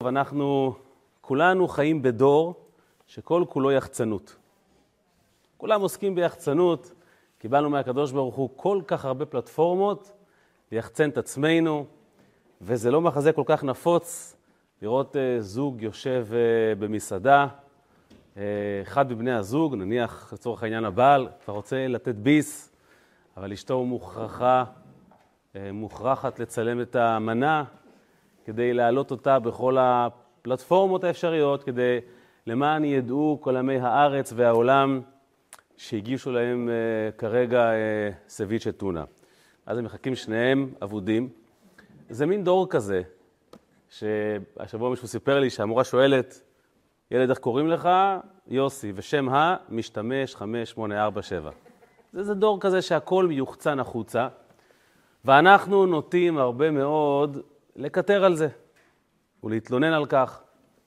אנחנו כולנו חיים בדור שכל כולו יחצנות. כולם עוסקים ביחצנות, קיבלנו מהקדוש ברוך הוא כל כך הרבה פלטפורמות ליחצן את עצמנו, וזה לא מחזה כל כך נפוץ לראות זוג יושב במסעדה, אחד מבני הזוג, נניח לצורך העניין הבעל, כבר רוצה לתת ביס, אבל אשתו מוכרחת לצלם את המנה, כדי להעלות אותה בכל הפלטפורמות האפשריות, כדי למען ידעו כל עמי הארץ והעולם שהגישו להם כרגע סביץ' טונה. אז הם מחכים שניהם עבודים. זה מין דור כזה, שהשבוע מישהו סיפר לי שהמורה שואלת, ילד, איך קוראים לך? יוסי, ושם המשתמש 5847. זה דור כזה שהכל מיוחצן החוצה, ואנחנו נוטים הרבה מאוד לקטר על זה, ולהתלונן על כך.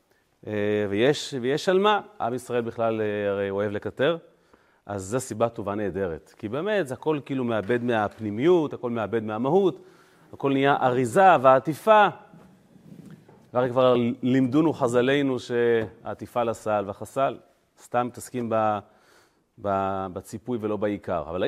ויש על מה, עם ישראל בכלל הרי אוהב לקטר, אז זו סיבה טובה נהדרת. כי באמת זה הכל כאילו מאבד מהפנימיות, הכל מאבד מהמהות, הכל נהיה אריזה ועטיפה. והרי כבר לימדונו חז"לינו שהעטיפה לסל והחסל סתם מתעסקים בציפוי ולא בעיקר. אבל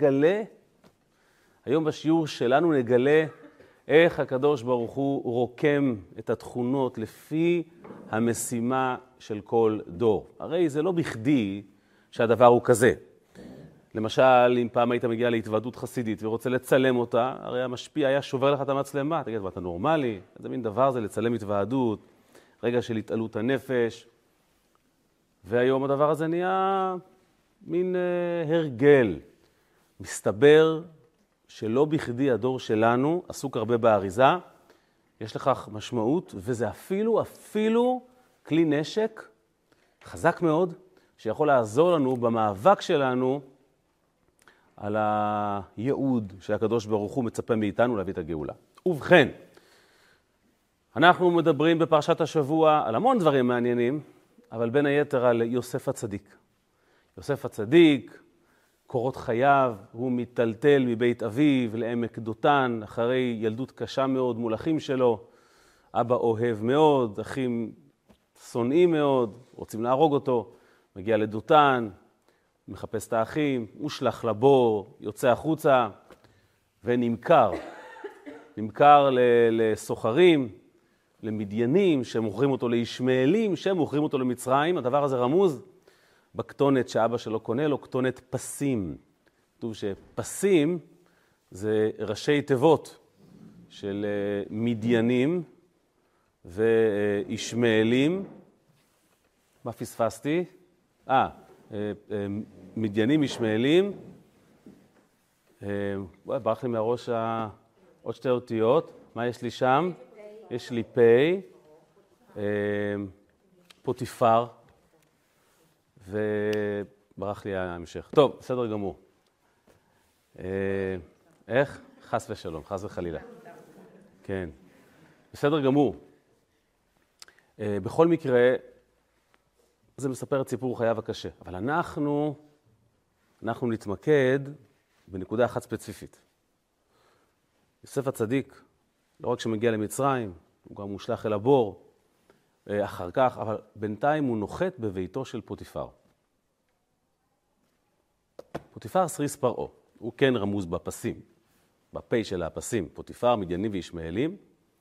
היום בשיעור שלנו נגלה איך הקדוש ברוך הוא רוקם את התכונות לפי המשימה של כל דור. הרי זה לא בכדי שהדבר הוא כזה. למשל, אם פעם היית מגיע להתוועדות חסידית ורוצה לצלם אותה, הרי המשפיע היה שובר לך את המצלמה. תגיד, אתה נורמלי? איזה מין דבר זה לצלם התוועדות, רגע של התעלות הנפש. והיום הדבר הזה נהיה מין הרגל. מסתבר שלא בכדי הדור שלנו עסוק הרבה באריזה, יש לכך משמעות, וזה אפילו כלי נשק חזק מאוד, שיכול לעזור לנו במאבק שלנו על הייעוד שהקדוש ברוך הוא מצפה מאיתנו להביא את הגאולה. ובכן, אנחנו מדברים בפרשת השבוע על המון דברים מעניינים, אבל בין היתר על יוסף הצדיק. יוסף הצדיק, קורות חייו, הוא מטלטל מבית אביו לעמק דותן, אחרי ילדות קשה מאוד מול אחים שלו. אבא אוהב מאוד, אחים שונאים מאוד, רוצים להרוג אותו. מגיע לדותן, מחפש את האחים, מושלך לבור, יוצא החוצה ונמכר. נמכר לסוחרים, למדיינים, שמוכרים אותו לישמעאלים, שמוכרים אותו למצרים. הדבר הזה רמוז בכתונת שאבא שלו קונה לו, כתונת פסים. כתוב שפסים זה ראשי תיבות של מדיינים וישמעאלים. מה פספסתי? מדיינים, ישמעאלים. ברח לי מהראש עוד שתי אותיות. מה יש לי שם? יש לי פי, פוטיפר, וברח לי ההמשך. טוב, בסדר גמור. איך? חס ושלום, חס וחלילה. כן, בסדר גמור. בכל מקרה, זה מספר את סיפור חייו הקשה. אבל אנחנו נתמקד בנקודה אחת ספציפית. יוסף הצדיק, לא רק שמגיע למצרים, הוא גם מושלך אל הבור אחר כך, אבל בינתיים הוא נוחת בביתו של פוטיפר. פוטיפר סריס פרעה, הוא כן רמוז בפסים, בפי של הפסים, פוטיפר, מדיינים וישמעאלים.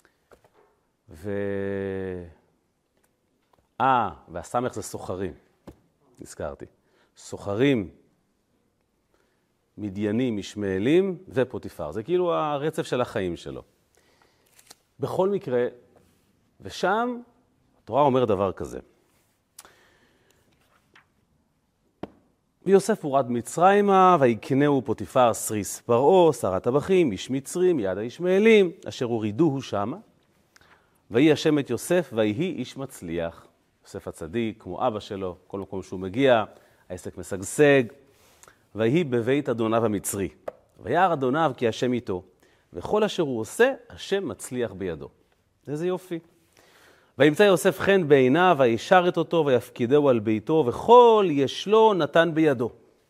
והסמך זה סוחרים, נזכרתי. סוחרים, מדיינים, ישמעאלים ופוטיפר. זה כאילו הרצף של החיים שלו. בכל מקרה, ושם התורה אומר דבר כזה. ויוסף הורד מצרימה, ויקנהו פוטיפר סריס פרעה, שר הטבחים, איש מצרים, יד הישמעאלים, אשר הורידוהו שמה. ויהי השם את יוסף, ויהי איש מצליח. יוסף הצדיק, כמו אבא שלו, כל מקום שהוא מגיע, העסק משגשג. ויהי בבית אדוניו המצרי. וירא אדוניו כי השם איתו. וכל אשר הוא עושה, השם מצליח בידו. איזה יופי. וימצא יוסף חן בעיניו, וישרת אותו, ויפקידהו על ביתו, וכל ישלו נתן בידו.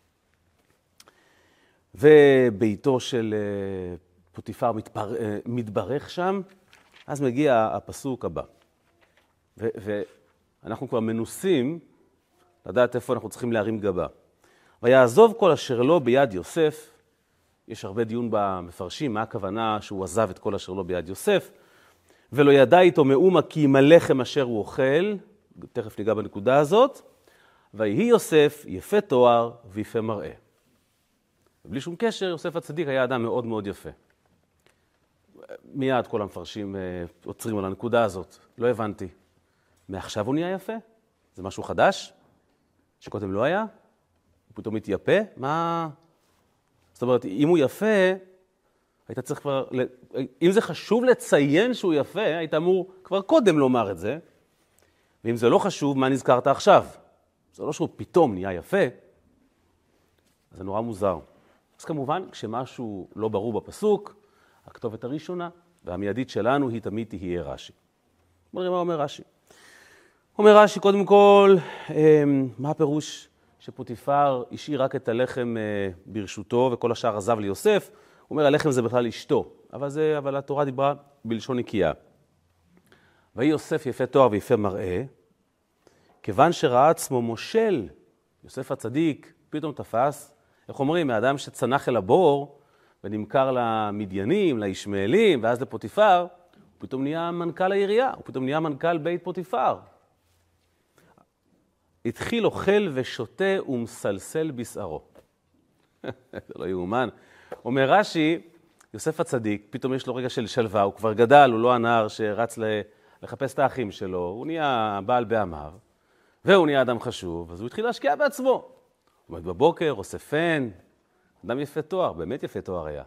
וביתו של פוטיפר מתברך שם, אז מגיע הפסוק הבא. ואנחנו כבר מנוסים לדעת איפה אנחנו צריכים להרים גבה. ויעזוב כל אשר לו ביד יוסף, יש הרבה דיון במפרשים, מה הכוונה שהוא עזב את כל אשר לו ביד יוסף, ולא ידע איתו מאומה כי אם הלחם אשר הוא אוכל, תכף ניגע בנקודה הזאת, ויהי יוסף יפה תואר ויפה מראה. ובלי שום קשר, יוסף הצדיק היה אדם מאוד מאוד יפה. מיד כל המפרשים עוצרים על הנקודה הזאת. לא הבנתי. מעכשיו הוא נהיה יפה? זה משהו חדש? שקודם לא היה? הוא פתאום מתייפה? מה? זאת אומרת, אם הוא יפה, היית צריך כבר... אם זה חשוב לציין שהוא יפה, היית אמור כבר קודם לומר את זה. ואם זה לא חשוב, מה נזכרת עכשיו? זה לא שהוא פתאום נהיה יפה. אז זה נורא מוזר. אז כמובן, כשמשהו לא ברור בפסוק, הכתובת הראשונה והמיידית שלנו היא תמיד תהיה רש"י. מה אומר רש"י? אומר רש"י, קודם כל, מה הפירוש שפוטיפר השאיר רק את הלחם ברשותו וכל השאר עזב ליוסף? הוא אומר, הלחם זה בכלל אשתו, אבל התורה דיברה בלשון נקייה. ויהי יוסף יפה תואר ויפה מראה, כיוון שראה עצמו מושל, יוסף הצדיק פתאום תפס, איך אומרים, האדם שצנח אל הבור ונמכר למדיינים, לישמעאלים, ואז לפוטיפר, הוא פתאום נהיה מנכ"ל העירייה, הוא פתאום נהיה מנכ"ל בית פוטיפר. התחיל אוכל ושותה ומסלסל בשערו. זה לא יאומן. אומר רש"י, יוסף הצדיק, פתאום יש לו רגע של שלווה, הוא כבר גדל, הוא לא הנער שרץ לחפש את האחים שלו, הוא נהיה בעל בעמיו, והוא נהיה אדם חשוב, אז הוא התחיל להשקיע בעצמו. הוא עומד בבוקר, עושה פן, אדם יפה תואר, באמת יפה תואר היה.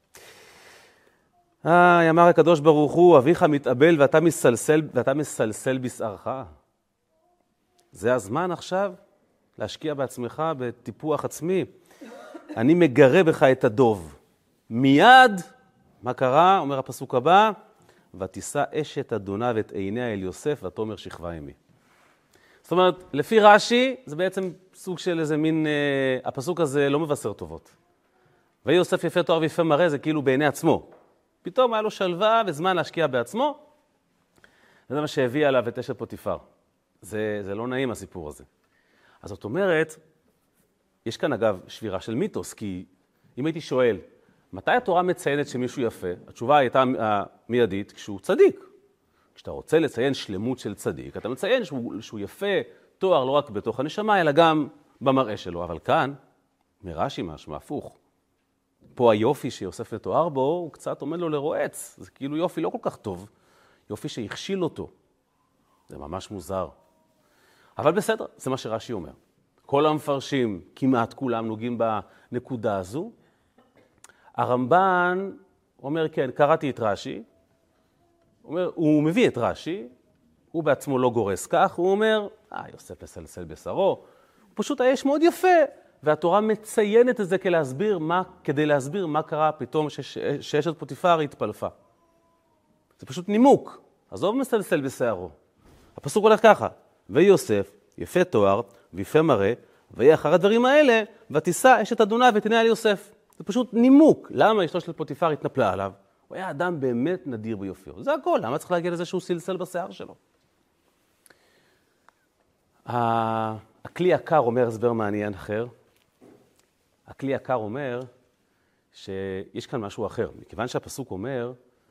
אמר הקדוש ברוך הוא, אביך מתאבל ואתה מסלסל בשערך. זה הזמן עכשיו להשקיע בעצמך בטיפוח עצמי. אני מגרה בך את הדוב. מיד, מה קרה? אומר הפסוק הבא, ותישא אשת אדוניו את עיניה אל יוסף ותאמר שכבה עמי. זאת אומרת, לפי רש"י, זה בעצם סוג של איזה מין, הפסוק הזה לא מבשר טובות. ויהי יוסף יפה תואר ויפה מראה, זה כאילו בעיני עצמו. פתאום היה לו שלווה וזמן להשקיע בעצמו, וזה מה שהביא עליו את אשת פוטיפר. זה לא נעים הסיפור הזה. אז זאת אומרת, יש כאן אגב שבירה של מיתוס, כי אם הייתי שואל, מתי התורה מציינת שמישהו יפה? התשובה הייתה מיידית כשהוא צדיק. כשאתה רוצה לציין שלמות של צדיק, אתה מציין שהוא יפה תואר לא רק בתוך הנשמה, אלא גם במראה שלו. אבל כאן, מרש"י משהו הפוך. פה היופי שיוסף לתואר בו, הוא קצת עומד לו לרועץ. זה כאילו יופי לא כל כך טוב. יופי שהכשיל אותו. זה ממש מוזר. אבל בסדר, זה מה שרש"י אומר. כל המפרשים, כמעט כולם נוגעים בנקודה הזו. הרמב"ן אומר, כן, קראתי את רש"י. הוא מביא את רש"י, הוא בעצמו לא גורס כך, הוא אומר, יוסף מסלסל בשרו. הוא פשוט האש מאוד יפה, והתורה מציינת את זה כדי להסביר מה קרה פתאום שאשת פוטיפר התפלפה. זה פשוט נימוק. עזוב מסלסל בשערו. הפסוק הולך ככה, ויהי יוסף יפה תואר ויפה מראה, ויהי אחר הדברים האלה, ותישא אשת אדוניו ואת עיניה אל יוסף. זה פשוט נימוק. למה אשתו של פוטיפר התנפלה עליו? הוא היה אדם באמת נדיר ביופיו. זה הכל. למה צריך להגיע לזה שהוא סלסל בשיער שלו? הכלי יקר אומר הסבר מעניין אחר. הכלי יקר אומר שיש כאן משהו אחר. מכיוון שהפסוק אומר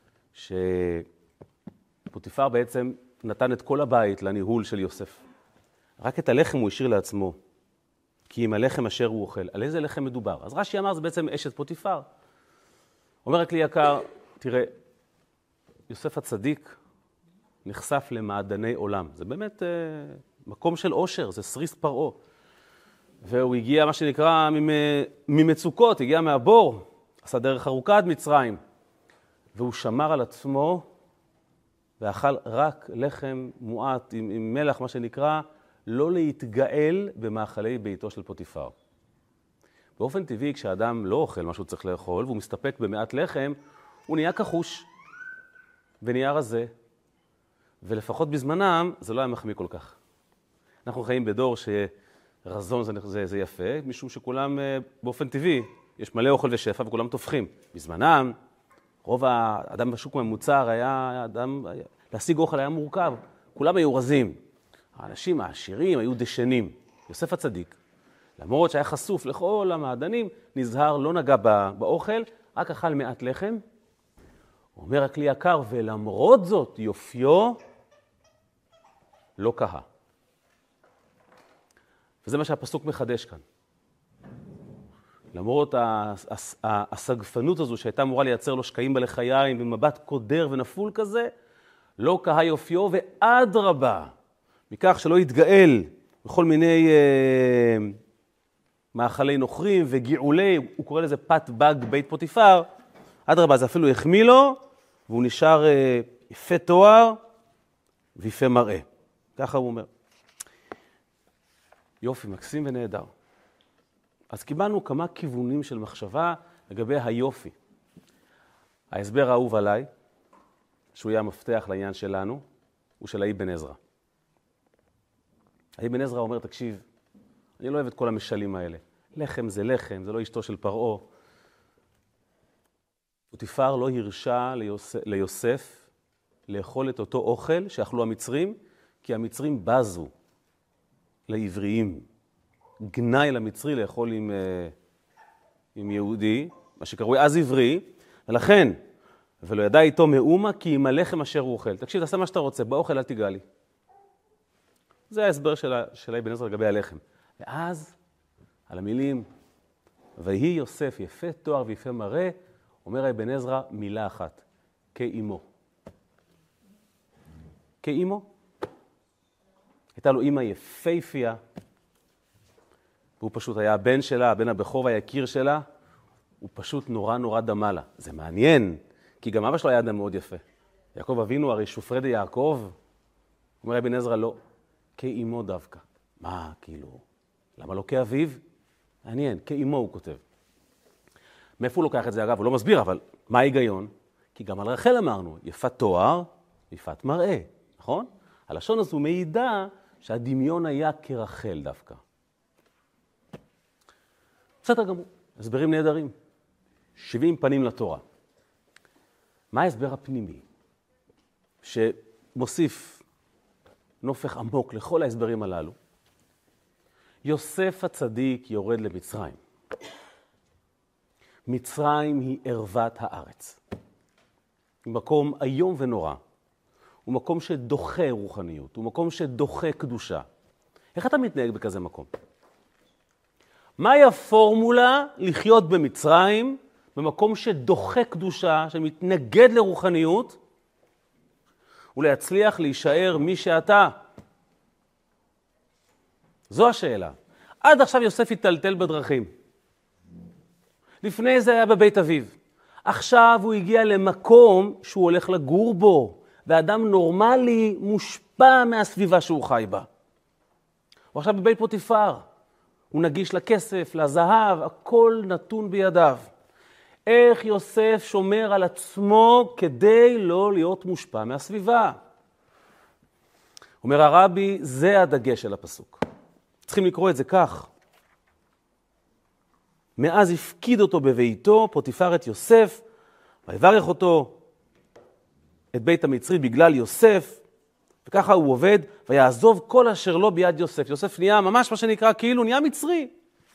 שפוטיפר בעצם נתן את כל הבית לניהול של יוסף. רק את הלחם הוא השאיר לעצמו. כי אם הלחם אשר הוא אוכל, על איזה לחם מדובר? אז רש"י אמר, זה בעצם אשת פוטיפר. אומר הכלי יקר, תראה, יוסף הצדיק נחשף למעדני עולם. זה באמת מקום של עושר, זה סריס פרעה. והוא הגיע, מה שנקרא, ממצוקות, הגיע מהבור, עשה דרך ארוכה עד מצרים. והוא שמר על עצמו, ואכל רק לחם מועט עם מלח, מה שנקרא, לא להתגאל במאכלי ביתו של פוטיפר. באופן טבעי, כשאדם לא אוכל מה שהוא צריך לאכול, והוא מסתפק במעט לחם, הוא נהיה כחוש, ונהיה רזה, ולפחות בזמנם זה לא היה מחמיא כל כך. אנחנו חיים בדור שרזון זה יפה, משום שכולם באופן טבעי, יש מלא אוכל ושפע וכולם תופחים. בזמנם, רוב האדם בשוק הממוצר היה אדם, להשיג אוכל היה מורכב. כולם היו רזים. האנשים העשירים היו דשנים. יוסף הצדיק, למרות שהיה חשוף לכל המעדנים, נזהר, לא נגע באוכל, רק אכל מעט לחם. אומר הכלי יקר, ולמרות זאת יופיו לא קהה. וזה מה שהפסוק מחדש כאן. למרות הסגפנות הזו שהייתה אמורה לייצר לו שקעים בלחיים ומבט קודר ונפול כזה, לא קהה יופיו, ואדרבה, מכך שלא יתגאל בכל מיני מאכלי נוכרים וגיעולי, הוא קורא לזה פת בג בית פוטיפר, אדרבה, זה אפילו החמיא לו, והוא נשאר יפה תואר ויפה מראה. ככה הוא אומר. יופי, מקסים ונהדר. אז קיבלנו כמה כיוונים של מחשבה לגבי היופי. ההסבר האהוב עליי, שהוא יהיה המפתח לעניין שלנו, הוא של האבן עזרא. האבן עזרא אומר, תקשיב, אני לא אוהב את כל המשלים האלה. לחם זה לחם, זה לא אשתו של פרעה. פוטיפר לא הרשה ליוסף לאכול את אותו אוכל שאכלו המצרים, כי המצרים בזו לעבריים. גנאי למצרי לאכול עם יהודי, מה שקרוי אז עברי, ולכן, ולא ידע איתו מאומה, כי עם הלחם אשר הוא אוכל. תקשיב, תעשה מה שאתה רוצה, באוכל אל תיגע לי. זה ההסבר של אבן עזרא לגבי הלחם. ואז, על המילים, ויהי יוסף יפה תואר ויפה מראה, אומר אבן עזרא מילה אחת, כאימו. כאימו. הייתה לו אימא יפהפייה, והוא פשוט היה הבן שלה, הבן הבכור והיקיר שלה, הוא פשוט נורא נורא דמה לה. זה מעניין, כי גם אבא שלו היה אדם מאוד יפה. יעקב אבינו, הרי שופרדי יעקב, אומר אבן עזרא לא, כאימו דווקא. מה, כאילו, למה לא כאביו? מעניין, כאימו הוא כותב. מאיפה הוא לוקח את זה אגב? הוא לא מסביר, אבל מה ההיגיון? כי גם על רחל אמרנו, יפת תואר, יפת מראה, נכון? הלשון הזו מעידה שהדמיון היה כרחל דווקא. בסדר גמור, הסברים נהדרים. 70 פנים לתורה. מה ההסבר הפנימי? שמוסיף נופך עמוק לכל ההסברים הללו. יוסף הצדיק יורד למצרים. מצרים היא ערוות הארץ. היא מקום איום ונורא. הוא מקום שדוחה רוחניות. הוא מקום שדוחה קדושה. איך אתה מתנהג בכזה מקום? מהי הפורמולה לחיות במצרים, במקום שדוחה קדושה, שמתנגד לרוחניות, ולהצליח להישאר מי שאתה? זו השאלה. עד עכשיו יוסף התטלטל בדרכים. לפני זה היה בבית אביו. עכשיו הוא הגיע למקום שהוא הולך לגור בו, ואדם נורמלי מושפע מהסביבה שהוא חי בה. הוא עכשיו בבית פוטיפר. הוא נגיש לכסף, לזהב, הכל נתון בידיו. איך יוסף שומר על עצמו כדי לא להיות מושפע מהסביבה? אומר הרבי, זה הדגש של הפסוק. צריכים לקרוא את זה כך. מאז הפקיד אותו בביתו, פוטיפר את יוסף, ויברך אותו את בית המצרי בגלל יוסף, וככה הוא עובד, ויעזוב כל אשר לו ביד יוסף. יוסף נהיה ממש מה שנקרא, כאילו נהיה מצרי.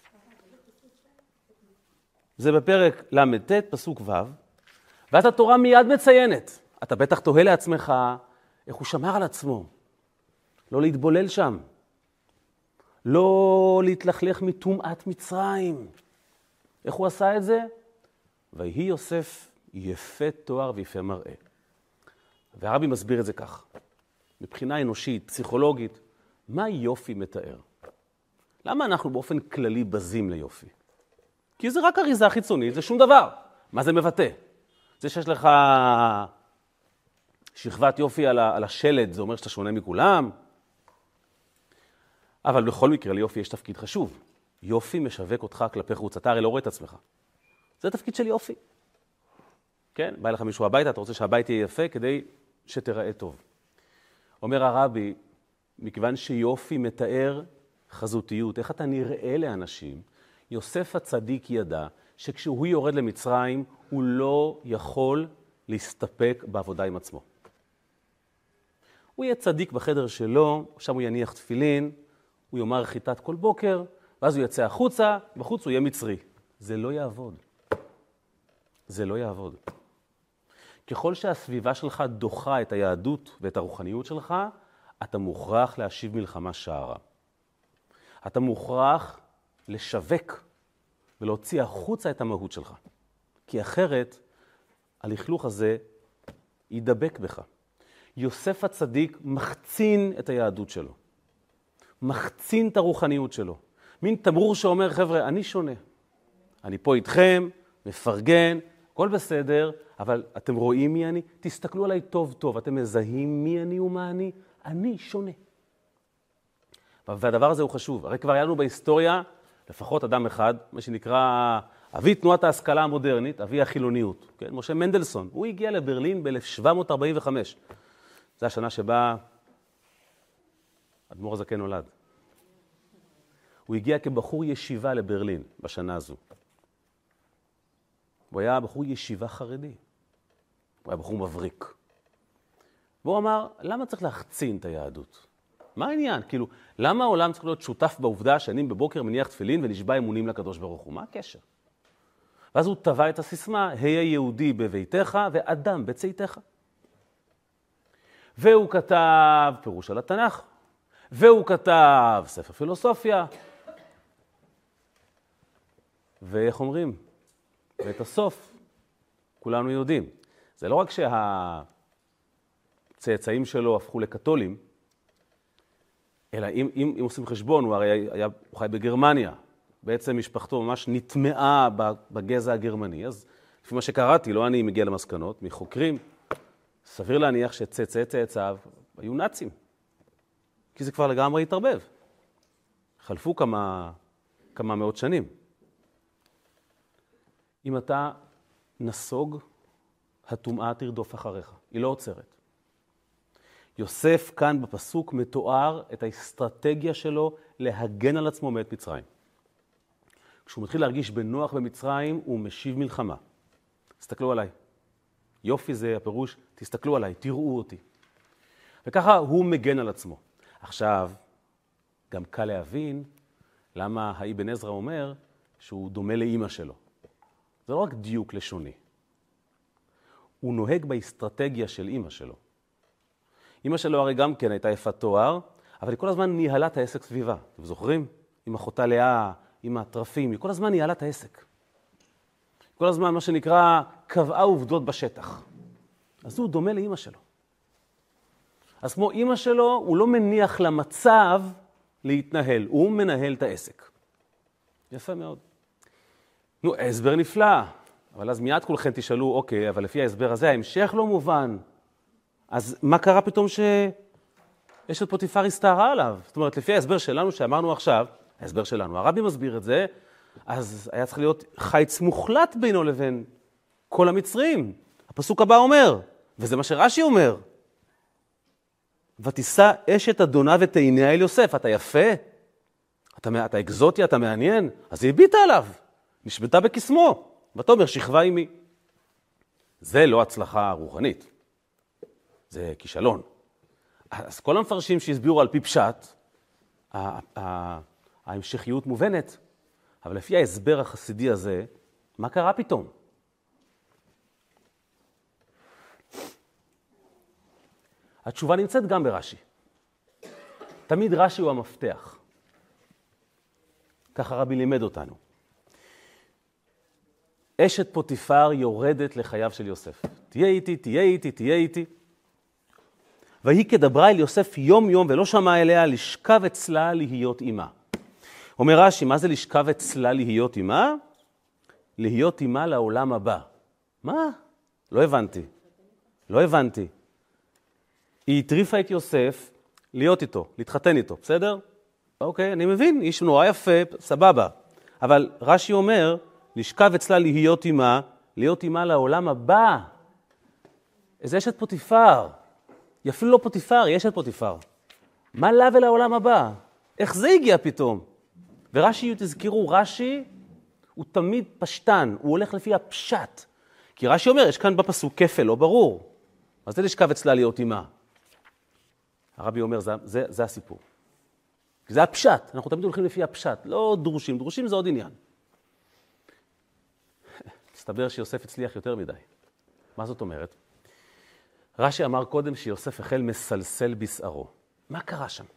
זה בפרק למ"ט, פסוק ו', ואז התורה מיד מציינת. אתה בטח תוהה לעצמך איך הוא שמר על עצמו. לא להתבולל שם. לא להתלכלך מטומאת מצרים. איך הוא עשה את זה? ויהי יוסף יפה תואר ויפה מראה. והרבי מסביר את זה כך. מבחינה אנושית, פסיכולוגית, מה יופי מתאר? למה אנחנו באופן כללי בזים ליופי? כי זה רק אריזה חיצונית, זה שום דבר. מה זה מבטא? זה שיש לך שכבת יופי על השלד, זה אומר שאתה שונה מכולם. אבל בכל מקרה ליופי יש תפקיד חשוב. יופי משווק אותך כלפי חוץ, אתה הרי לא רואה את עצמך. זה תפקיד של יופי. כן? בא לך מישהו הביתה, אתה רוצה שהבית יהיה יפה כדי שתראה טוב. אומר הרבי, מכיוון שיופי מתאר חזותיות, איך אתה נראה לאנשים, יוסף הצדיק ידע שכשהוא יורד למצרים, הוא לא יכול להסתפק בעבודה עם עצמו. הוא יהיה צדיק בחדר שלו, שם הוא יניח תפילין, הוא יאמר חיטת כל בוקר, ואז הוא יצא החוצה, בחוץ הוא יהיה מצרי. זה לא יעבוד. זה לא יעבוד. ככל שהסביבה שלך דוחה את היהדות ואת הרוחניות שלך, אתה מוכרח להשיב מלחמה שערה. אתה מוכרח לשווק ולהוציא החוצה את המהות שלך. כי אחרת, הלכלוך הזה ידבק בך. יוסף הצדיק מחצין את היהדות שלו. מחצין את הרוחניות שלו. מין תמרור שאומר, חבר'ה, אני שונה. אני פה איתכם, מפרגן, הכל בסדר, אבל אתם רואים מי אני? תסתכלו עליי טוב טוב, אתם מזהים מי אני ומה אני? אני שונה. והדבר הזה הוא חשוב. הרי כבר היה לנו בהיסטוריה, לפחות אדם אחד, מה שנקרא אבי תנועת ההשכלה המודרנית, אבי החילוניות, כן? משה מנדלסון. הוא הגיע לברלין ב-1745. זו השנה שבה אדמו"ר הזקן נולד. הוא הגיע כבחור ישיבה לברלין בשנה הזו. הוא היה בחור ישיבה חרדי. הוא היה בחור מבריק. והוא אמר, למה צריך להחצין את היהדות? מה העניין? כאילו, למה העולם צריך להיות שותף בעובדה שאני בבוקר מניח תפילין ונשבע אמונים לקדוש ברוך הוא? מה הקשר? ואז הוא טבע את הסיסמה, היה יהודי בביתך ואדם בצאתך. והוא כתב פירוש על התנ"ך, והוא כתב ספר פילוסופיה, ואיך אומרים? ואת הסוף, כולנו יודעים. זה לא רק שהצאצאים שלו הפכו לקתולים, אלא אם עושים חשבון, הוא הרי הוא חי בגרמניה. בעצם משפחתו ממש נטמעה בגזע הגרמני. אז לפי מה שקראתי, לא אני מגיע למסקנות, מחוקרים, סביר להניח שצאצאיו היו נאצים. כי זה כבר לגמרי התערבב. חלפו כמה מאות שנים. אם אתה נסוג, הטומאה תרדוף אחריך. היא לא עוצרת. יוסף כאן בפסוק מתואר את האסטרטגיה שלו להגן על עצמו מאת מצרים. כשהוא מתחיל להרגיש בנוח במצרים, הוא משיב מלחמה. תסתכלו עליי. יופי זה הפירוש, תסתכלו עליי, תראו אותי. וככה הוא מגן על עצמו. עכשיו, גם קל להבין למה האבן עזרא אומר שהוא דומה לאמא שלו. זה לא רק דיוק לשוני. הוא נוהג באסטרטגיה של אמא שלו. אמא שלו הרי גם כן הייתה יפת תואר, אבל היא כל הזמן ניהלה את העסק סביבה. אתם זוכרים? עם אחותה לאה, עם הטרפים, היא כל הזמן ניהלה את העסק. כל הזמן מה שנקרא קבעה עובדות בשטח. אז הוא דומה לאמא שלו. אז כמו אמא שלו, הוא לא מניח למצב להתנהל, הוא מנהל את העסק. יפה מאוד. נו, ההסבר נפלא, אבל אז מיד כולכם תשאלו, אוקיי, אבל לפי ההסבר הזה, ההמשך לא מובן. אז מה קרה פתאום שיש את פוטיפר הסתערה עליו? זאת אומרת, לפי ההסבר שלנו שאמרנו עכשיו, ההסבר שלנו, הרבי מסביר את זה, אז היה צריך להיות חיץ מוחלט בינו לבין כל המצרים. הפסוק הבא אומר, וזה מה שרש"י אומר, ותישא אשת אדונה ותעיניה אל יוסף. אתה יפה? אתה אקזוטי, אתה מעניין? אז היא הביטה עליו, נשבתה בקסמו, ותאמר שכבה עמי. זה לא הצלחה רוחנית, זה כישלון. אז כל המפרשים שהסבירו על פי פשט, ההמשכיות מובנת, אבל לפי ההסבר החסידי הזה, מה קרה פתאום? התשובה נמצאת גם ברש"י. תמיד רש"י הוא המפתח. ככה רבי לימד אותנו. אשת פוטיפר יורדת לחייו של יוסף. תהיה איתי, תהיה איתי, תהיה איתי. והיא כדברה אל יוסף יום יום ולא שמעה אליה לשכב אצלה להיות אימה. אומר רש"י, מה זה לשכב אצלה להיות אימה? להיות אימה לעולם הבא. מה? לא הבנתי. לא הבנתי. היא הטריפה את יוסף להיות איתו, להתחתן איתו, בסדר? אוקיי, אני מבין, איש נורא יפה, סבבה. אבל רש"י אומר, לשכב אצלה להיות אימה לעולם הבא. איזה אשת פוטיפר. היא אפילו לא פוטיפר, היא אשת פוטיפר. מה לה ולעולם הבא? איך זה הגיע פתאום? ורש"י, תזכירו, רש"י הוא תמיד פשטן, הוא הולך לפי הפשט. כי רש"י אומר, יש כאן בפסוק כפל, לא ברור. אז זה לשכב אצלה להיות אימה. הרבי אומר, זה הסיפור. זה הפשט, אנחנו תמיד הולכים לפי הפשט, לא דרושים, דרושים זה עוד עניין. מסתבר שיוסף הצליח יותר מדי. מה זאת אומרת? רש"י אמר קודם שיוסף החל מסלסל בשערו. מה קרה שם?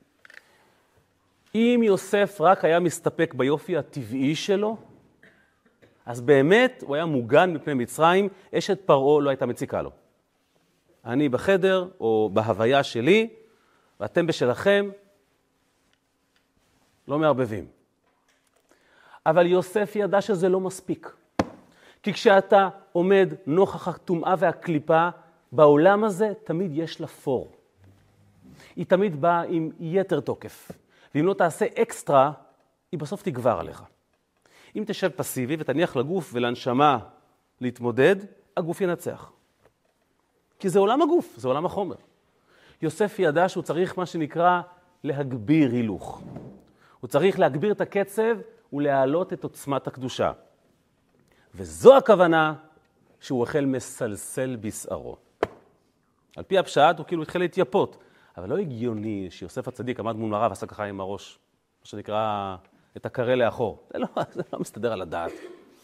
אם יוסף רק היה מסתפק ביופי הטבעי שלו, אז באמת הוא היה מוגן מפני מצרים, אשת פרעה לא הייתה מציקה לו. אני בחדר או בהוויה שלי, ואתם בשלכם, לא מערבבים. אבל יוסף ידע שזה לא מספיק. כי כשאתה עומד נוכח הטומאה והקליפה, בעולם הזה תמיד יש לה פור. היא תמיד באה עם יתר תוקף. ואם לא תעשה אקסטרה, היא בסוף תגבר עליך. אם תשב פסיבי ותניח לגוף ולנשמה להתמודד, הגוף ינצח. כי זה עולם הגוף, זה עולם החומר. יוסף ידע שהוא צריך מה שנקרא להגביר הילוך. הוא צריך להגביר את הקצב ולהעלות את עוצמת הקדושה. וזו הכוונה שהוא החל מסלסל בשערו. על פי הפשט הוא כאילו התחיל להתייפות, אבל לא הגיוני שיוסף הצדיק עמד מול מראה ועשה ככה עם הראש, מה שנקרא את הקרא לאחור. זה לא מסתדר על הדעת.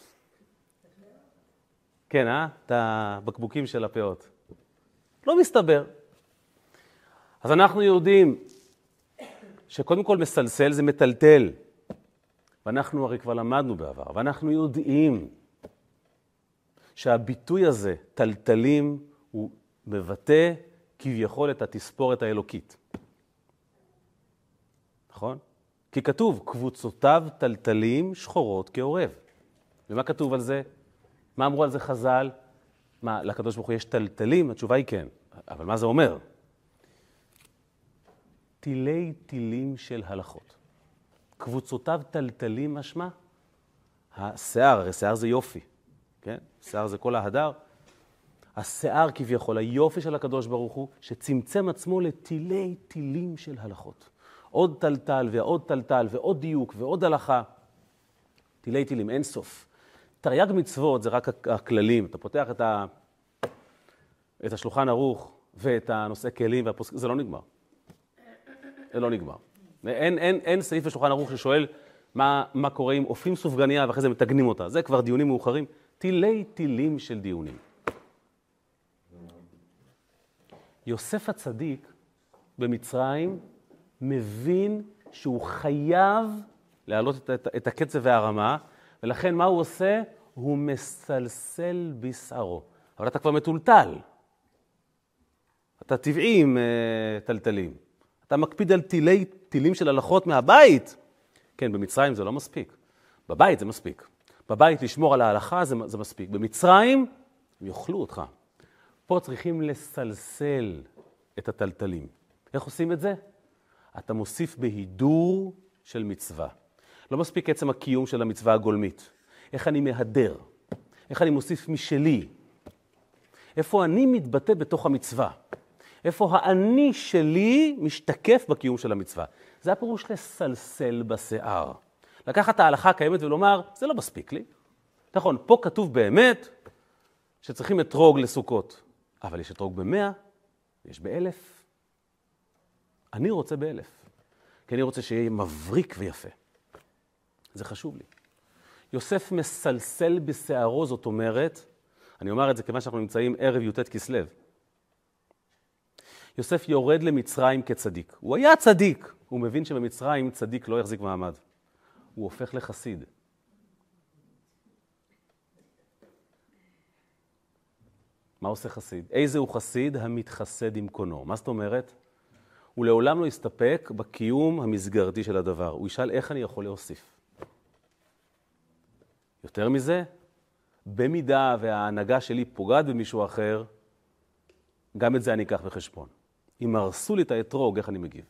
כן, את הבקבוקים של הפאות. לא מסתבר. אז אנחנו יודעים שקודם כל מסלסל זה מטלטל. ואנחנו הרי כבר למדנו בעבר, ואנחנו יודעים שהביטוי הזה, טלטלים, הוא מבטא כביכול את התספורת האלוקית. נכון? כי כתוב, קבוצותיו טלטלים שחורות כעורב. ומה כתוב על זה? מה אמרו על זה חז"ל? מה, לקדוש ברוך הוא יש טלטלים? התשובה היא כן. אבל מה זה אומר? תילי תילים של הלכות. קבוצותיו טלטלים משמע? השיער, הרי שיער זה יופי. כן? שיער זה כל ההדר. השיער כביכול, היופי של הקדוש ברוך הוא, שצמצם עצמו לתילי תילים של הלכות. עוד טלטל ועוד טלטל ועוד דיוק ועוד הלכה. תילי תילים, אין סוף. תרי"ג מצוות זה רק הכללים. אתה פותח את השולחן ערוך ואת הנושא כלים והפוסק, זה לא נגמר. זה לא נגמר. אין סעיף בשולחן ערוך ששואל מה קורה אם אופים סופגניה ואחרי זה מתגנים אותה. זה כבר דיונים מאוחרים. תילי תילים של דיונים. יוסף הצדיק במצרים מבין שהוא חייב להעלות את הקצב והרמה, ולכן מה הוא עושה? הוא מסלסל בשערו. אבל אתה כבר מטולטל. אתה טבעי עם טלטלים. אתה מקפיד על תילים של הלכות מהבית. כן, במצרים זה לא מספיק. בבית זה מספיק. בבית לשמור על ההלכה זה מספיק. במצרים הם יאכלו אותך. פה צריכים לסלסל את הטלטלים. איך עושים את זה? אתה מוסיף בהידור של מצווה. לא מספיק עצם הקיום של המצווה הגולמית. איך אני מהדר? איך אני מוסיף משלי? איפה אני מתבטא בתוך המצווה? איפה האני שלי משתקף בקיום של המצווה? זה הפירוש לסלסל בשיער. לקחת את ההלכה הקיימת ולומר, זה לא מספיק לי. נכון, פה כתוב באמת שצריכים אתרוג לסוכות. אבל יש אתרוג ב100, יש ב1000. אני רוצה ב1000. כי אני רוצה שיהיה מבריק ויפה. זה חשוב לי. יוסף מסלסל בשערו, זאת אומרת, אני אומר את זה כיוון שאנחנו נמצאים ערב י"ט כסלו. יוסף יורד למצרים כצדיק. הוא היה צדיק. הוא מבין שבמצרים צדיק לא יחזיק מעמד. הוא הופך לחסיד. מה עושה חסיד? איזה הוא חסיד? המתחסד עם קונו. מה זאת אומרת? הוא לעולם לא יסתפק בקיום המסגרתי של הדבר. הוא ישאל איך אני יכול להוסיף. יותר מזה, במידה וההנהגה שלי פוגעת במישהו אחר, גם את זה אני אקח בחשבון. אם הרסו לי את האתרוג, איך אני מגיב?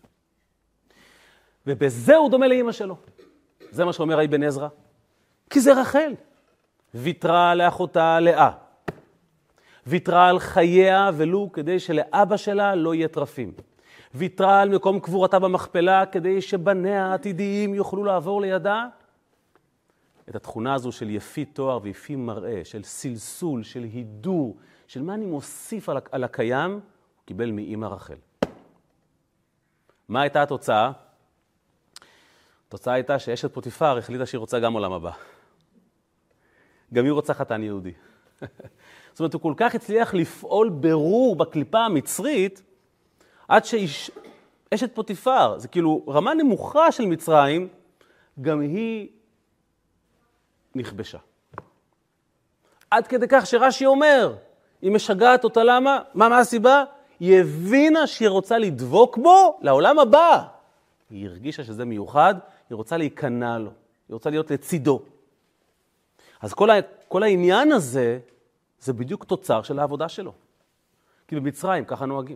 ובזה הוא דומה לאמא שלו. זה מה שאומר אבן עזרא. כי זה רחל. ויתרה לאחותה לאה. ויתרה על חייה ולו כדי שלאבא שלה לא יהיה טרפים. ויתרה על מקום קבורתה במכפלה כדי שבניה העתידיים יוכלו לעבור לידה. את התכונה הזו של יפי תואר ויפי מראה, של סלסול, של הידור, של מה אני מוסיף על הקיים, הוא קיבל מאמא רחל. מה הייתה התוצאה? התוצאה הייתה שאשת פוטיפר החליטה שהיא רוצה גם עולם הבא. גם היא רוצה חתן יהודי. זאת אומרת, הוא כל כך הצליח לפעול ברור בקליפה המצרית, עד שאשת פוטיפר, זה כאילו רמה נמוכה של מצרים, גם היא נכבשה. עד כדי כך שרש"י אומר, היא משגעת אותה, למה? מה הסיבה? היא הבינה שהיא רוצה לדבוק בו לעולם הבא. היא הרגישה שזה מיוחד, היא רוצה להיכנע לו, היא רוצה להיות לצידו. אז כל העניין הזה, זה בדיוק תוצר של העבודה שלו. כי במצרים ככה נוהגים.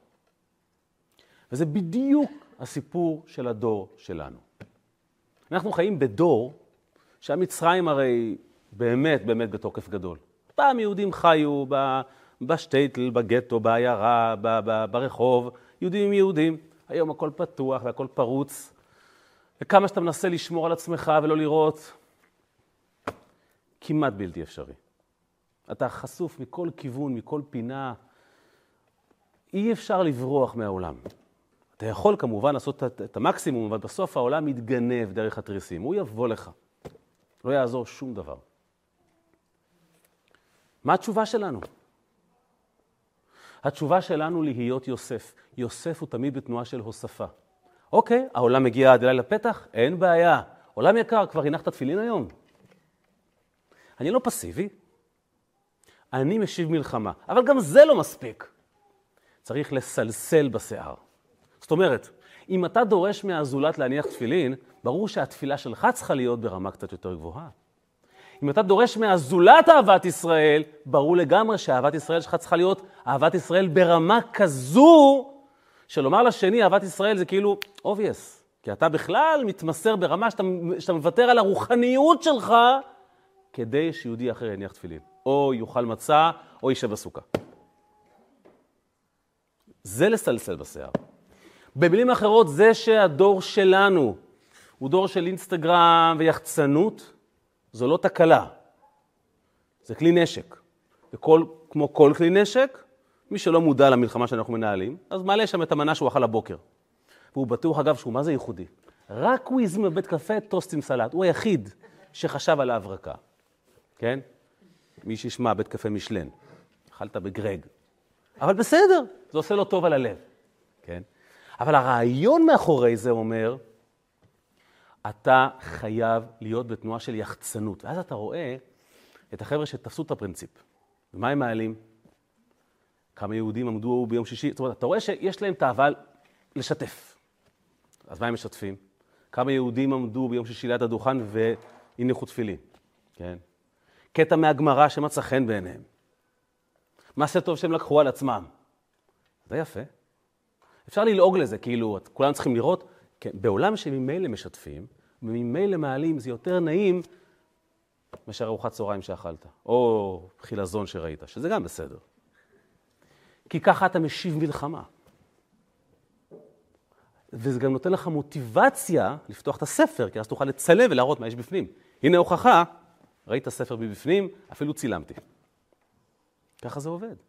וזה בדיוק הסיפור של הדור שלנו. אנחנו חיים בדור שהמצרים הרי באמת בתוקף גדול. פעם יהודים חיו בשטייטל, בגטו, בעיירה, ברחוב, יהודים עם יהודים. היום הכל פתוח והכל פרוץ. וכמה שאתה מנסה לשמור על עצמך ולא לראות, כמעט בלתי אפשרי. אתה חשוף מכל כיוון, מכל פינה. אי אפשר לברוח מהעולם. אתה יכול כמובן לעשות את המקסימום, אבל בסוף העולם מתגנב דרך התריסים. הוא יבוא לך. לא יעזור שום דבר. מה התשובה שלנו? התשובה שלנו להיות יוסף. יוסף הוא תמיד בתנועה של הוספה. אוקיי, העולם מגיע עד אליי לפתח, אין בעיה. עולם יקר, כבר הנחת תפילין היום. אני לא פסיבי. אני משיב מלחמה. אבל גם זה לא מספיק. צריך לסלסל בשיער. זאת אומרת, אם אתה דורש מהזולת להניח תפילין, ברור שהתפילה שלך צריכה להיות ברמה קצת יותר גבוהה. אם אתה דורש מהזולת אהבת ישראל, ברור לגמרי שאהבת ישראל שלך צריכה להיות אהבת ישראל ברמה כזו, שלומר לשני אהבת ישראל זה כאילו obvious. כי אתה בכלל מתמסר ברמה שאתה מוותר על הרוחניות שלך, כדי שיהודי אחר יניח תפילין. או יאכל מצה, או יישב בסוכה. זה לסלסל בשיער. במילים אחרות, זה שהדור שלנו הוא דור של אינסטגרם ויחצנות, זו לא תקלה. זה כלי נשק. וכמו כל כלי נשק, מי שלא מודע למלחמה שאנחנו מנהלים, אז מעלה שם את המנה שהוא אכל הבוקר. והוא בטוח אגב שהוא מה זה ייחודי. רק הוא הזמין בבית קפה טוסט עם סלט. הוא היחיד שחשב על ההברקה. כן? מי שישמע בית קפה משלן. אכלת בגרג. אבל בסדר, זה עושה לו טוב על הלב. כן? אבל הרעיון מאחורי זה אומר, אתה חייב להיות בתנועה של יחצנות. ואז אתה רואה את החבר'ה שתפסו את הפרינציפ. ומה הם מעלים? כמה יהודים עמדו ביום שישי. זאת אומרת, אתה רואה שיש להם תאווה לשתף. אז מה הם משתפים? כמה יהודים עמדו ביום שישי ליד הדוכן והניחו תפילין. כן? קטע מהגמרא שמצא חן בעיניהם. מעשה טוב שהם לקחו על עצמם. זה יפה. אפשר ללעוג לזה, כאילו, כולם צריכים לראות, כן, בעולם שממילא משתפים, וממילא מעלים, זה יותר נעים מאשר ארוחת צהריים שאכלת, או חילזון שראית, שזה גם בסדר. כי ככה אתה משיב מלחמה. וזה גם נותן לך מוטיבציה לפתוח את הספר, כי אז תוכל לצלם ולהראות מה יש בפנים. הנה הוכחה, ראית הספר מבפנים, אפילו צילמתי. ככה זה עובד.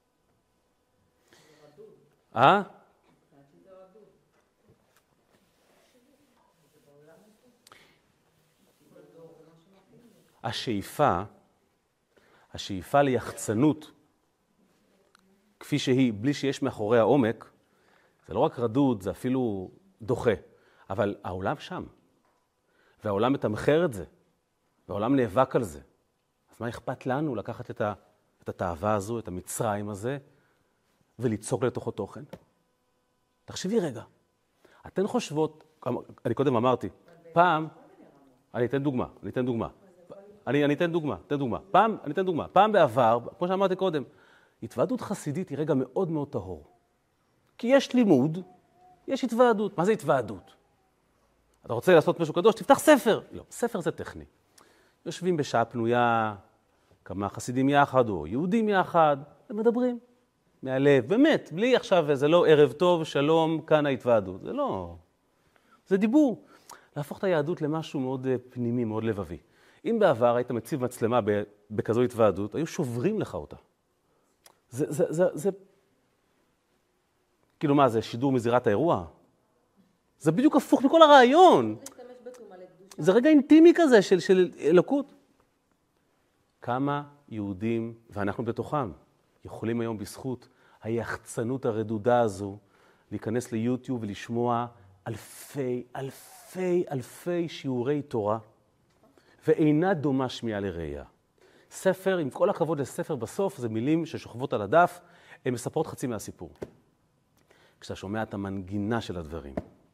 השאיפה ליחצנות, כפי שהיא, בלי שיש מאחורי העומק, זה לא רק רדוד, זה אפילו דוחה. אבל העולם שם. והעולם מתמחר את זה. והעולם נאבק על זה. אז מה אכפת לנו לקחת את התאווה הזו, את המצרים הזה, וליצוק לתוכו תוכן? תחשבי רגע. אתן חושבות, אני קודם אמרתי, פעם, אני אתן דוגמה. פעם בעבר, כמו שאמרתי קודם, התוועדות חסידית היא רגע מאוד מאוד טהור. כי יש לימוד, יש התוועדות. מה זה התוועדות? אתה רוצה לעשות משהו קדוש, תפתח ספר. לא, ספר זה טכני. יושבים בשעה פנויה, כמה חסידים יחד או יהודים יחד, ומדברים מהלב, באמת, בלי עכשיו, זה לא ערב טוב, שלום, כאן ההתוועדות. זה לא, זה דיבור. להפוך את היהדות למשהו מאוד פנימי, מאוד לבבי. אם בעבר היית מציב מצלמה בכזו התוועדות, היו שוברים לך אותה. זה כאילו מה, זה שידור מזירת האירוע? זה בדיוק הפוך מכל הרעיון. זה רגע אינטימי כזה של אלוקות. כמה יהודים, ואנחנו בתוכם, יכולים היום בזכות היחצנות הרדודה הזו, להיכנס ליוטיוב ולשמוע אלפי שיעורי תורה, ואינה דומה שמיעה לראייה. ספר, עם כל הכבוד לספר בסוף, זה מילים ששוכבות על הדף, הן מספרות חצי מהסיפור. כשאתה שומע את המנגינה של הדברים,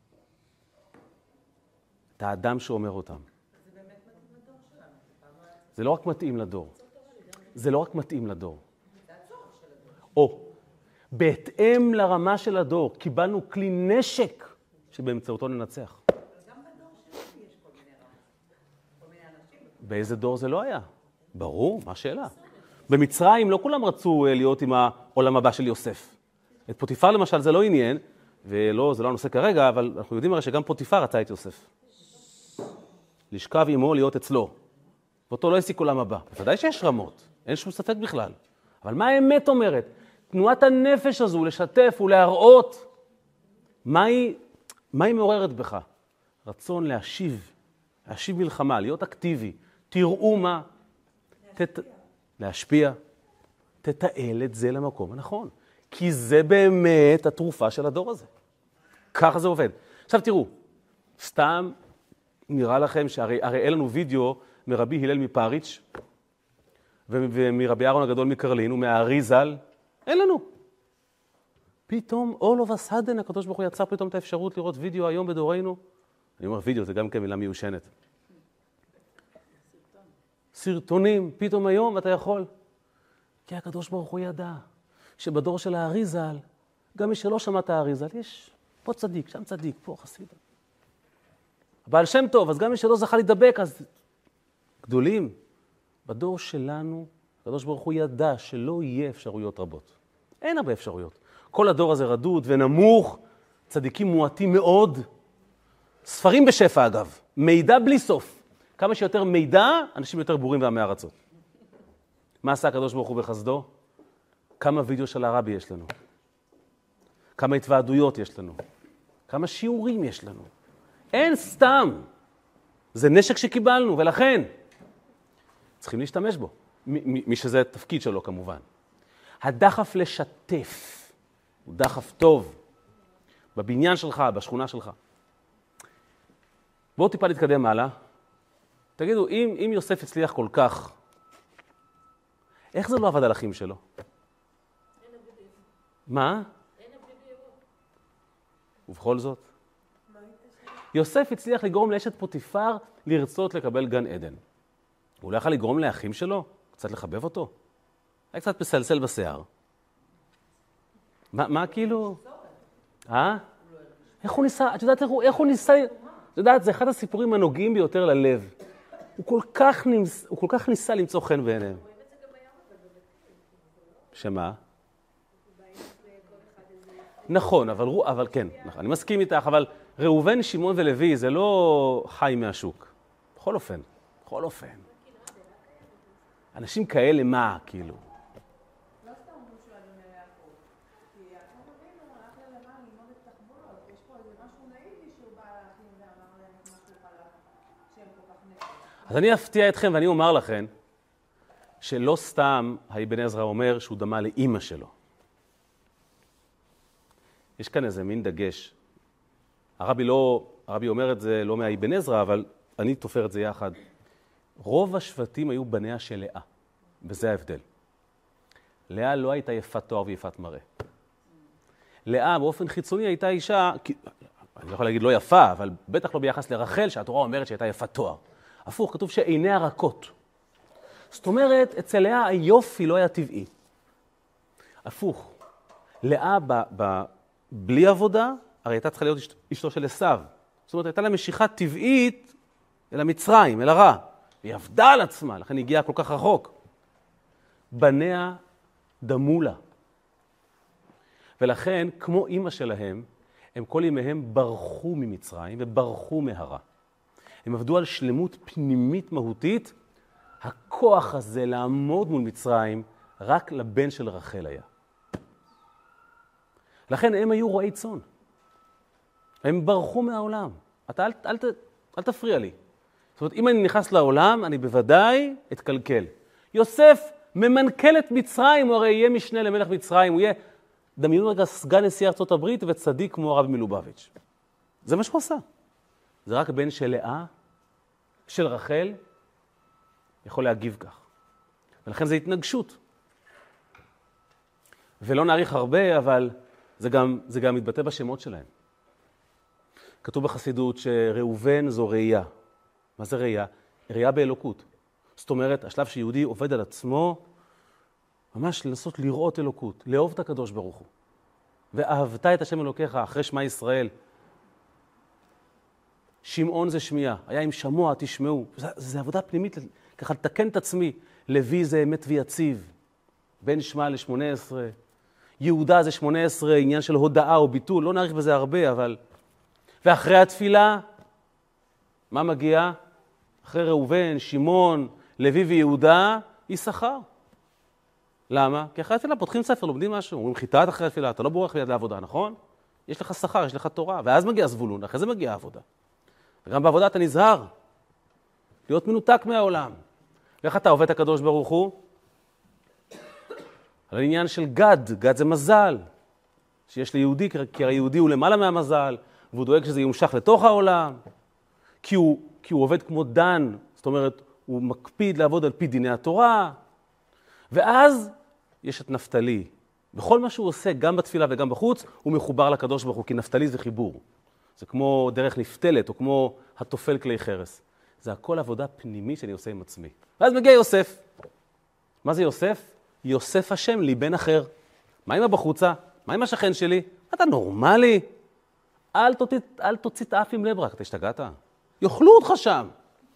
את האדם שאומר אותם. זה באמת מתאים לדור שלנו. זה לא רק מתאים לדור. זה לא רק מתאים לדור. זה הצורך של הדור. או, בהתאם לרמה של הדור, קיבלנו כלי נשק שבאמצעותו ננצח. אבל גם בדור שלנו יש כל מיני רמות. כל מיני אנשים. באיזה דור זה לא היה? ברור, מה השאלה? במצרים לא כולם רצו להיות עם העולם הבא של יוסף. את פוטיפר למשל זה לא עניין, ולא, זה לא הנושא כרגע, אבל אנחנו יודעים הרי שגם פוטיפר רצה את יוסף. לשכב עמו, להיות אצלו. ואותו לא הסיק עולם הבא. בוודאי שיש רמות, אין שום ספק בכלל. אבל מה האמת אומרת? תנועת הנפש הזו, לשתף ולהראות, מה היא מעוררת בך? רצון להשיב מלחמה, להיות אקטיבי. תראו מה, להשפיע, תתעל את זה למקום הנכון. כי זה באמת התרופה של הדור הזה. ככה זה עובד. עכשיו תראו, סתם נראה לכם שהרי אין לנו וידאו מרבי הלל מפריץ' ומרבי אהרון הגדול מקרלין ומהארי ז"ל, אין לנו. פתאום, all of a sudden, הקדוש ברוך הוא יצר פתאום את האפשרות לראות וידאו היום בדורנו. אני אומר וידאו, זה גם כמילה מיושנת. סרטונים, פתאום היום אתה יכול. כי הקדוש ברוך הוא ידע שבדור של הארי ז"ל, גם מי שלא שמע את הארי ז"ל, יש פה צדיק, שם צדיק, פה חסיד. הבעל שם טוב, אז גם מי שלא זכה להידבק, אז גדולים. בדור שלנו, הקדוש ברוך הוא ידע שלא יהיה אפשרויות רבות. אין הרבה אפשרויות. כל הדור הזה רדוד ונמוך, צדיקים מועטים מאוד. ספרים בשפע אגב, מידע בלי סוף. כמה שיותר מידע, אנשים יותר בורים ועמי ארצות. מה עשה הקדוש ברוך הוא בחסדו? כמה וידאו של הרבי יש לנו? כמה התוועדויות יש לנו? כמה שיעורים יש לנו? אין סתם. זה נשק שקיבלנו, ולכן צריכים להשתמש בו. מי שזה התפקיד שלו כמובן. הדחף לשתף הוא דחף טוב. בבניין שלך, בשכונה שלך. בואו טיפה להתקדם הלאה. תגידו, אם יוסף הצליח כל כך, איך זה לא עבד על אחים שלו? מה? ובכל זאת? יוסף הצליח לגרום לאשת פוטיפר לרצות לקבל גן עדן. הוא לא יכול לגרום לאחים שלו? קצת לחבב אותו? היה קצת מסלסל בשיער. מה כאילו? איך הוא ניסה? את יודעת איך הוא ניסה? את יודעת, זה אחד הסיפורים הנוגעים ביותר ללב. הוא כל כך ניסה למצוא חן בעיניהם. שמה? נכון, אבל כן, אני מסכים איתך, אבל ראובן, שמעון ולוי זה לא חי מהשוק. בכל אופן. אנשים כאלה מה, כאילו? לא סתם הוא שואלים ליעקב. כי יעקב אבינו הלך ללמד ללמוד את תחבולות. יש פה איזה משהו נאיבי שהוא בא לאחים ואמר להם את מה שהוא חלק, שהם כל כך נפש. אז אני אפתיע אתכם ואני אומר לכם, שלא סתם האבן עזרא אומר שהוא דמה לאמא שלו. יש כאן איזה מין דגש. הרבי אומר את זה לא מהאבן עזרא, אבל אני תופר את זה יחד. רוב השבטים היו בניה של לאה, וזה ההבדל. לאה לא הייתה יפת תואר ויפת מראה. לאה באופן חיצוני הייתה אישה, אני לא יכול להגיד לא יפה, אבל בטח לא ביחס לרחל, שהתורה אומרת שהייתה יפת תואר. הפוך, כתוב שעיניה רכות. זאת אומרת, אצל לאה היופי לא היה טבעי. הפוך, לאה בלי עבודה, הרי הייתה צריכה להיות אשתו של עשיו. זאת אומרת, הייתה לה משיכה טבעית אל המצרים, אל הרע. היא עבדה על עצמה, לכן היא הגיעה כל כך רחוק. בניה דמו לה. ולכן, כמו אמא שלהם, הם כל ימיהם ברחו ממצרים וברחו מהרע. הם עבדו על שלמות פנימית מהותית. הכוח הזה לעמוד מול מצרים רק לבן של רחל היה. לכן הם היו רועי צאן. הם ברחו מהעולם. אתה אל תפריע לי. זאת אומרת, אם אני נכנס לעולם, אני בוודאי אתקלקל. יוסף ממנכ"ל את מצרים, הוא הרי יהיה משנה למלך מצרים, הוא יהיה, דמיינו רגע, סגן נשיא ארצות הברית וצדיק כמו הרב מלובביץ'. זה מה שהוא עשה. זה רק בן של לאה, של רחל, יכול להגיב כך. ולכן זה התנגשות. ולא נאריך הרבה, אבל זה גם מתבטא בשמות שלהם. כתוב בחסידות שראובן זו ראייה. מה זה ראייה? ראייה באלוקות. זאת אומרת, השלב שיהודי עובד על עצמו, ממש לנסות לראות אלוקות, לאהוב את הקדוש ברוך הוא. ואהבת את השם אלוקיך אחרי שמע ישראל. שמעון זה שמיעה, היה עם שמוע, תשמעו. זה עבודה פנימית, ככה לתקן את עצמי. לוי זה אמת ויציב, בין שמע ל-18. יהודה זה 18, עניין של הודאה או ביטול, לא נאריך בזה הרבה, אבל... ואחרי התפילה, מה מגיע? אחרי ראובן, שמעון, לוי ויהודה, יששכר. למה? כי אחרי התפילה פותחים ספר, לומדים משהו, אומרים חיטת אחרי התפילה, אתה לא בורח ביד לעבודה, נכון? יש לך שכר, יש לך תורה, ואז מגיע זבולון, אחרי זה מגיע העבודה. וגם בעבודה אתה נזהר, להיות מנותק מהעולם. ואיך אתה עובד את הקדוש ברוך הוא? על העניין של גד זה מזל, שיש ליהודי, כי היהודי הוא למעלה מהמזל, והוא דואג שזה יומשך לתוך העולם, כי הוא עובד כמו דן, זאת אומרת, הוא מקפיד לעבוד על פי דיני התורה, ואז יש את נפתלי. בכל מה שהוא עושה, גם בתפילה וגם בחוץ, הוא מחובר לקדוש ברוך הוא, כי נפתלי זה חיבור. זה כמו דרך נפתלת, או כמו התופל כלי חרס. זה הכל עבודה פנימית שאני עושה עם עצמי. ואז מגיע יוסף. מה זה יוסף? יוסף השם לי בן אחר. מה עם הבחוצה? מה עם השכן שלי? אתה נורמלי? אל תוציא את האף עם לברק, אתה השתגעת? יאכלו אותך שם.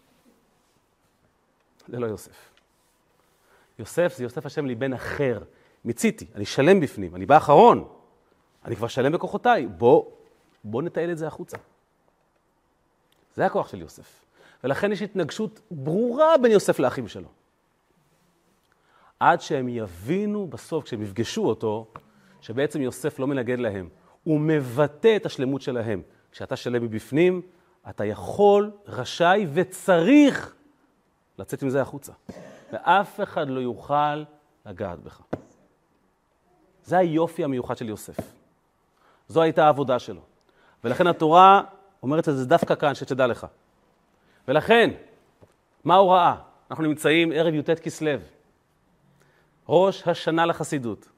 זה לא יוסף. יוסף זה יוסף השם לי בן אחר. מציתי, אני שלם בפנים, אני באחרון. אני כבר שלם בכוחותיי. בוא נטייל את זה החוצה. זה הכוח של יוסף. ולכן יש התנגשות ברורה בין יוסף לאחים שלו. עד שהם יבינו בסוף, כשהם יפגשו אותו, שבעצם יוסף לא מנגד להם. הוא מבטא את השלמות שלהם. כשאתה שלם מבפנים, אתה יכול, רשאי וצריך לצאת עם זה החוצה. ואף אחד לא יוכל לגעת בך. זה היופי המיוחד של יוסף. זו הייתה העבודה שלו. ולכן התורה אומרת את זה דווקא כאן, שתדע לך. ולכן, מה ההוראה? אנחנו נמצאים ערב י"ט כסלו. ראש השנה לחסידות.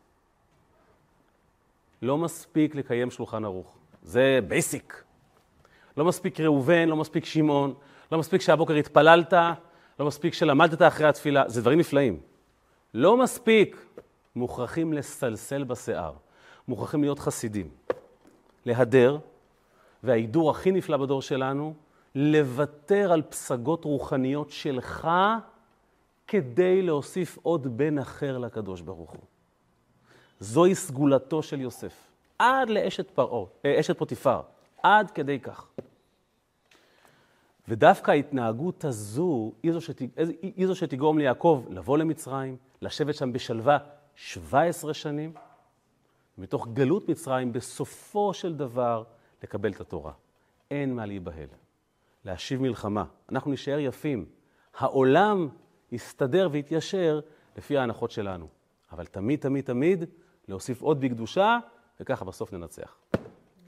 לא מספיק לקיים שולחן ערוך. זה בייסיק. לא מספיק ראובן, לא מספיק שמעון, לא מספיק שהבוקר התפללת, לא מספיק שלמדת אחרי התפילה. זה דברים נפלאים. לא מספיק. מוכרחים לסלסל בשיער. מוכרחים להיות חסידים. להדר, וההידור הכי נפלא בדור שלנו, לוותר על פסגות רוחניות שלך, כדי להוסיף עוד בן אחר לקדוש ברוך הוא. זוהי סגולתו של יוסף. עד לאשת פוטיפר. עד כדי כך. ודווקא ההתנהגות הזו היא זו שתגרום ליעקב לבוא למצרים, לשבת שם בשלווה 17 שנים, מתוך גלות מצרים בסופו של דבר לקבל את התורה. אין מה להיבהל. להשיב מלחמה. אנחנו נשאר יפים. העולם יסתדר ויתיישר לפי ההנחות שלנו. אבל תמיד, תמיד, תמיד להוסיף עוד בקדושה, וככה בסוף ננצח.